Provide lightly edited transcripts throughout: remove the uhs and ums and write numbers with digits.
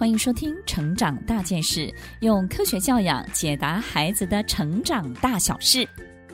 欢迎收听《成长大件事》，用科学教养解答孩子的成长大小事。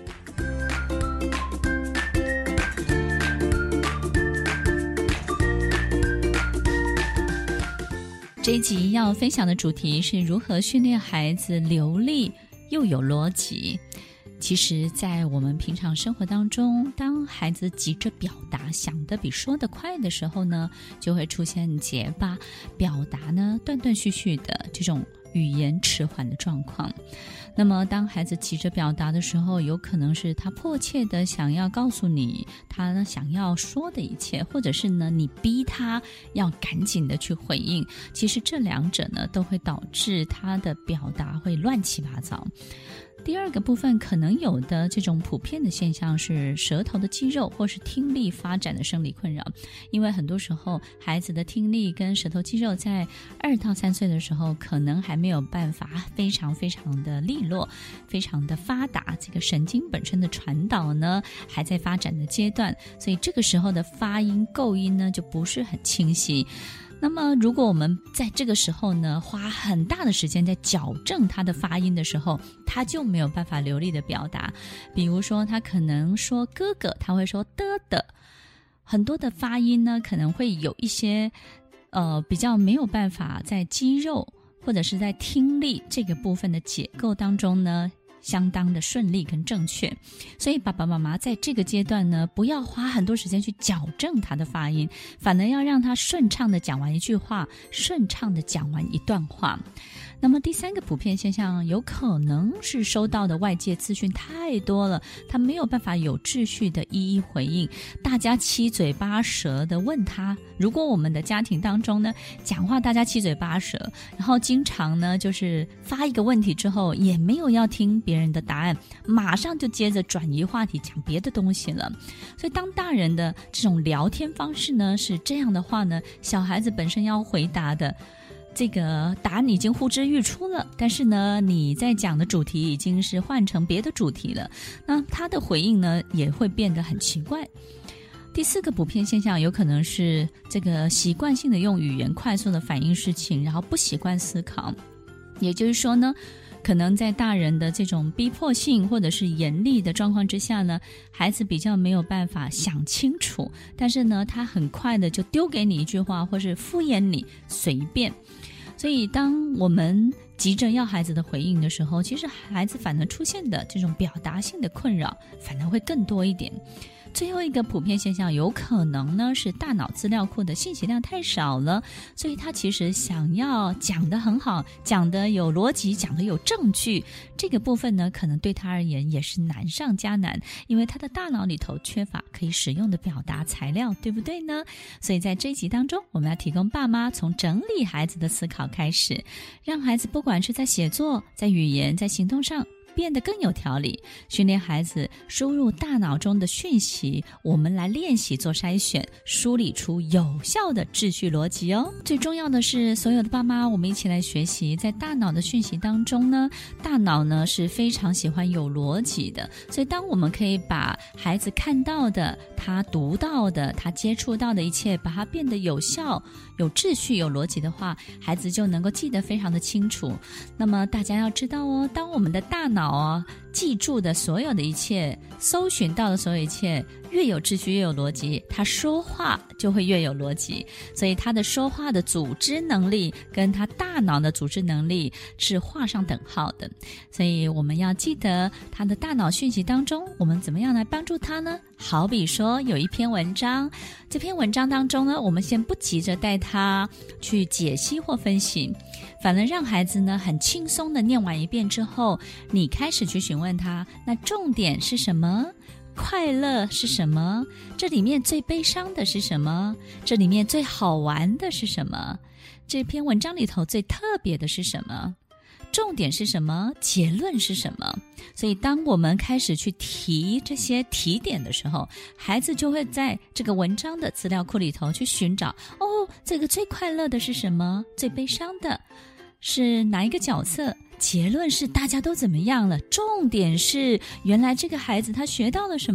这一集要分享的主题是如何训练孩子流利又有逻辑。其实在我们平常生活当中，当孩子急着表达，想得比说得快的时候呢，就会出现结巴，表达呢断断续续的这种语言迟缓的状况。那么当孩子急着表达的时候，有可能是他迫切的想要告诉你他想要说的一切，或者是呢你逼他要赶紧的去回应。其实这两者呢都会导致他的表达会乱七八糟。第二个部分可能有的这种普遍的现象是舌头的肌肉或是听力发展的生理困扰。因为很多时候孩子的听力跟舌头肌肉在2到3岁的时候可能还没有办法非常的利落，非常的发达，这个神经本身的传导呢还在发展的阶段，所以这个时候的发音构音呢就不是很清晰。那么如果我们在这个时候呢花很大的时间在矫正他的发音的时候，他就没有办法流利的表达。比如说他可能说哥哥，他会说的，很多的发音呢可能会有一些比较没有办法在肌肉或者是在听力这个部分的结构当中呢相当的顺利跟正确。所以爸爸妈妈在这个阶段呢，不要花很多时间去矫正他的发音，反而要让他顺畅的讲完一句话，顺畅的讲完一段话。那么第三个普遍现象，有可能是收到的外界资讯太多了，他没有办法有秩序的一一回应，大家七嘴八舌的问他。如果我们的家庭当中呢，讲话大家七嘴八舌，然后经常呢就是发一个问题之后也没有要听别人的答案，马上就接着转移话题讲别的东西了。所以当大人的这种聊天方式呢是这样的话呢，小孩子本身要回答的这个答案已经呼之欲出了，但是呢你在讲的主题已经是换成别的主题了，那他的回应呢也会变得很奇怪。第四个普遍现象有可能是这个习惯性的用语言快速的反映事情，然后不习惯思考。也就是说呢，可能在大人的这种逼迫性或者是严厉的状况之下呢，孩子比较没有办法想清楚，但是呢他很快的就丢给你一句话，或是敷衍你随便。所以当我们急着要孩子的回应的时候，其实孩子反而出现的这种表达性的困扰反而会更多一点。最后一个普遍现象有可能呢是大脑资料库的信息量太少了，所以他其实想要讲得很好，讲得有逻辑，讲得有证据，这个部分呢可能对他而言也是难上加难，因为他的大脑里头缺乏可以使用的表达材料，对不对呢？所以在这一集当中，我们要提供爸妈从整理孩子的思考开始，让孩子不管是在写作、在语言、在行动上变得更有条理，训练孩子输入大脑中的讯息，我们来练习做筛选，梳理出有效的秩序逻辑哦。最重要的是，所有的爸妈我们一起来学习，在大脑的讯息当中呢，大脑呢是非常喜欢有逻辑的，所以当我们可以把孩子看到的、他读到的、他接触到的一切，把它变得有效、有秩序、有逻辑的话，孩子就能够记得非常的清楚。那么大家要知道哦，当我们的大脑记住的所有的一切，搜寻到的所有一切越有秩序越有逻辑，他说话就会越有逻辑，所以他的说话的组织能力跟他大脑的组织能力是画上等号的。所以我们要记得他的大脑讯息当中，我们怎么样来帮助他呢？好比说有一篇文章，这篇文章当中呢，我们先不急着带他去解析或分析，反而让孩子呢很轻松的念完一遍之后，你开始去询问他，那重点是什么？快乐是什么？这里面最悲伤的是什么？这里面最好玩的是什么？这篇文章里头最特别的是什么？重点是什么？结论是什么？所以当我们开始去提这些提点的时候，孩子就会在这个文章的资料库里头去寻找，这个最快乐的是什么？最悲伤的是哪一个角色？结论是大家都怎么样了？重点是原来这个孩子他学到了什么？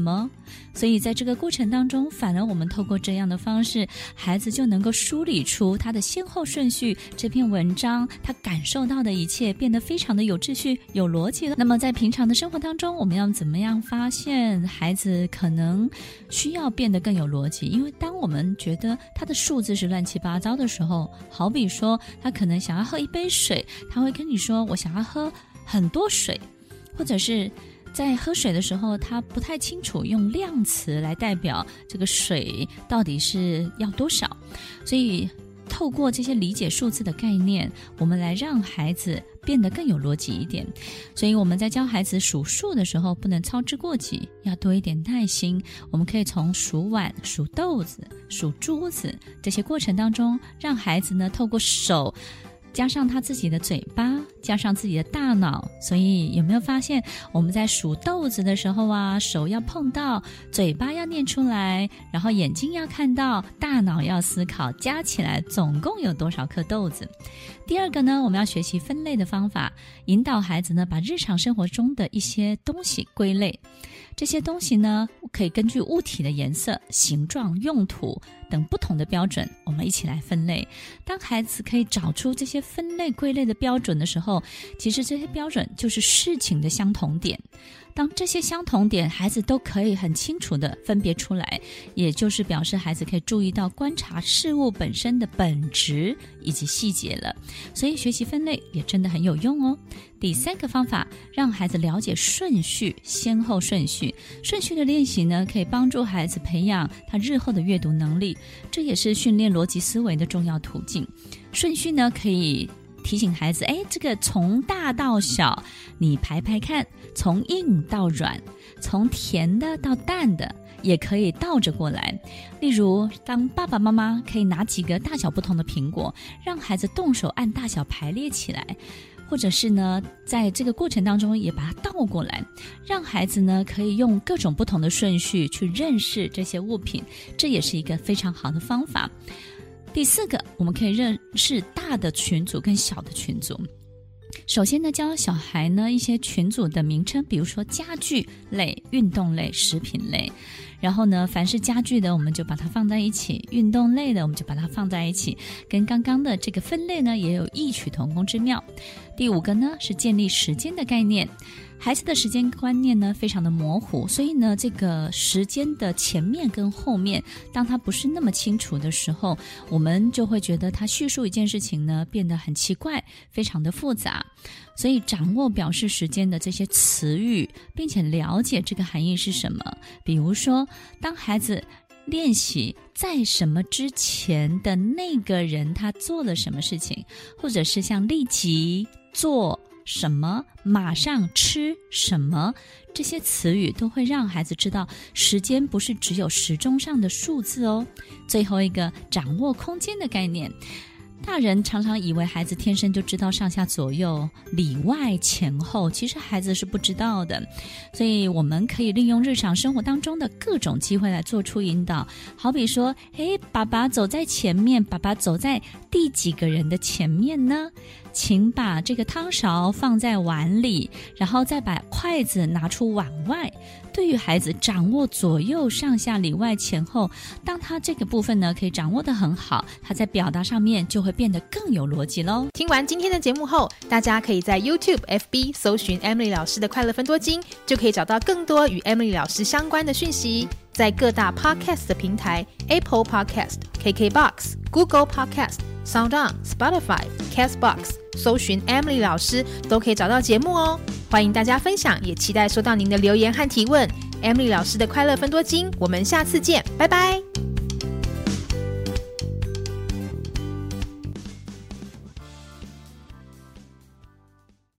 所以在这个过程当中，反而我们透过这样的方式，孩子就能够梳理出他的先后顺序，这篇文章他感受到的一切变得非常的有秩序有逻辑了。那么在平常的生活当中，我们要怎么样发现孩子可能需要变得更有逻辑？因为当我们觉得他的数字是乱七八糟的时候，好比说他可能想要喝一杯水，他会跟你说我想要喝很多水，或者是在喝水的时候他不太清楚用量词来代表这个水到底是要多少。所以透过这些理解数字的概念，我们来让孩子变得更有逻辑一点。所以我们在教孩子数数的时候，不能操之过急，要多一点耐心。我们可以从数碗、数豆子、数珠子这些过程当中，让孩子呢透过手加上他自己的嘴巴，加上自己的大脑。所以有没有发现我们在数豆子的时候啊，手要碰到，嘴巴要念出来，然后眼睛要看到，大脑要思考，加起来总共有多少颗豆子。第二个呢，我们要学习分类的方法，引导孩子呢把日常生活中的一些东西归类。这些东西呢，可以根据物体的颜色、形状、用途等不同的标准，我们一起来分类。当孩子可以找出这些分类归类的标准的时候，其实这些标准就是事情的相同点。当这些相同点孩子都可以很清楚地分别出来，也就是表示孩子可以注意到观察事物本身的本质以及细节了。所以学习分类也真的很有用哦。第三个方法，让孩子了解顺序、先后顺序。顺序的练习呢，可以帮助孩子培养他日后的阅读能力，这也是训练逻辑思维的重要途径。顺序呢，可以提醒孩子，这个从大到小你排排看，从硬到软，从甜的到淡的，也可以倒着过来。例如，当爸爸妈妈可以拿几个大小不同的苹果，让孩子动手按大小排列起来，或者是呢，在这个过程当中也把它倒过来，让孩子呢可以用各种不同的顺序去认识这些物品，这也是一个非常好的方法。第四个，我们可以认识大的群组跟小的群组。首先呢，教小孩呢一些群组的名称，比如说家具类、运动类、食品类。然后呢，凡是家具的我们就把它放在一起，运动类的我们就把它放在一起，跟刚刚的这个分类呢也有异曲同工之妙。第五个呢是建立时间的概念。孩子的时间观念呢非常的模糊，所以呢这个时间的前面跟后面当他不是那么清楚的时候，我们就会觉得他叙述一件事情呢变得很奇怪，非常的复杂。所以掌握表示时间的这些词语，并且了解这个含义是什么。比如说，当孩子练习在什么之前的那个人他做了什么事情，或者是像立即、做什么、马上吃什么，这些词语都会让孩子知道时间不是只有时钟上的数字哦。最后一个，掌握空间的概念。大人常常以为孩子天生就知道上下左右、里外前后，其实孩子是不知道的。所以我们可以利用日常生活当中的各种机会来做出引导。好比说，爸爸走在前面，爸爸走在第几个人的前面呢？请把这个汤勺放在碗里，然后再把筷子拿出碗外。对于孩子掌握左右上下里外前后，当他这个部分呢可以掌握得很好，他在表达上面就会变得更有逻辑咯。 听完今天的节目后，大家可以在 YouTube、FB 搜寻 Emily 老师的快乐分多金，就可以找到更多与 Emily 老师相关的讯息。在各大 Podcast 的平台 Apple Podcast、KKBOX、Google Podcast、SoundOn、Spotify、Castbox 搜寻 Emily 老师都可以找到节目哦。欢迎大家分享，也期待收到您的留言和提问。Emily 老师的快乐分多金，我们下次见，拜拜。